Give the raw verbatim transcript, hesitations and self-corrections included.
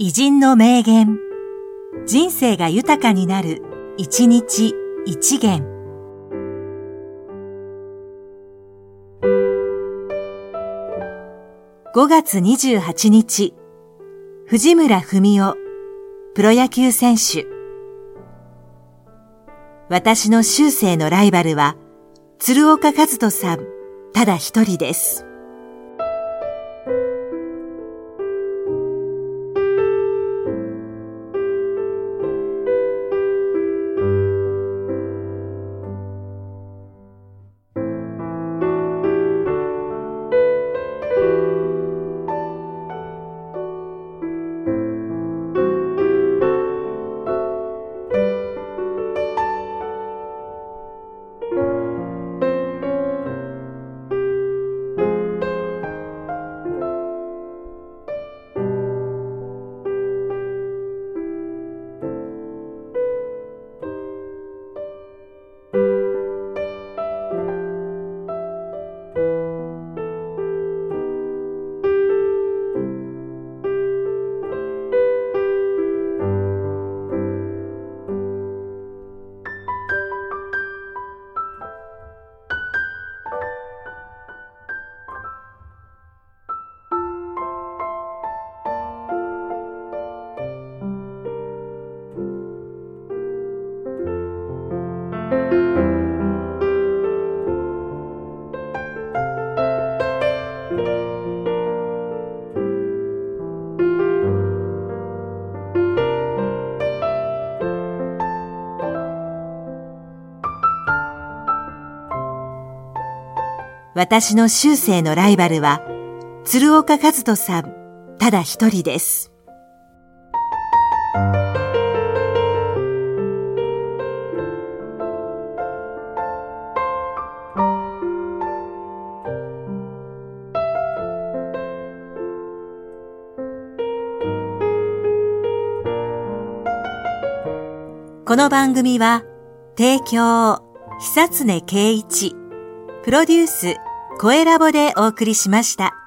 偉人の名言。人生が豊かになる、一日一元。ごがつにじゅうはちにち、藤村文雄、プロ野球選手。私の終生のライバルは、鶴岡和人さん、ただ一人です。私の終生のライバルは、鶴岡和人さん、ただ一人です。この番組は、提供、久常圭一、プロデュース、声ラボでお送りしました。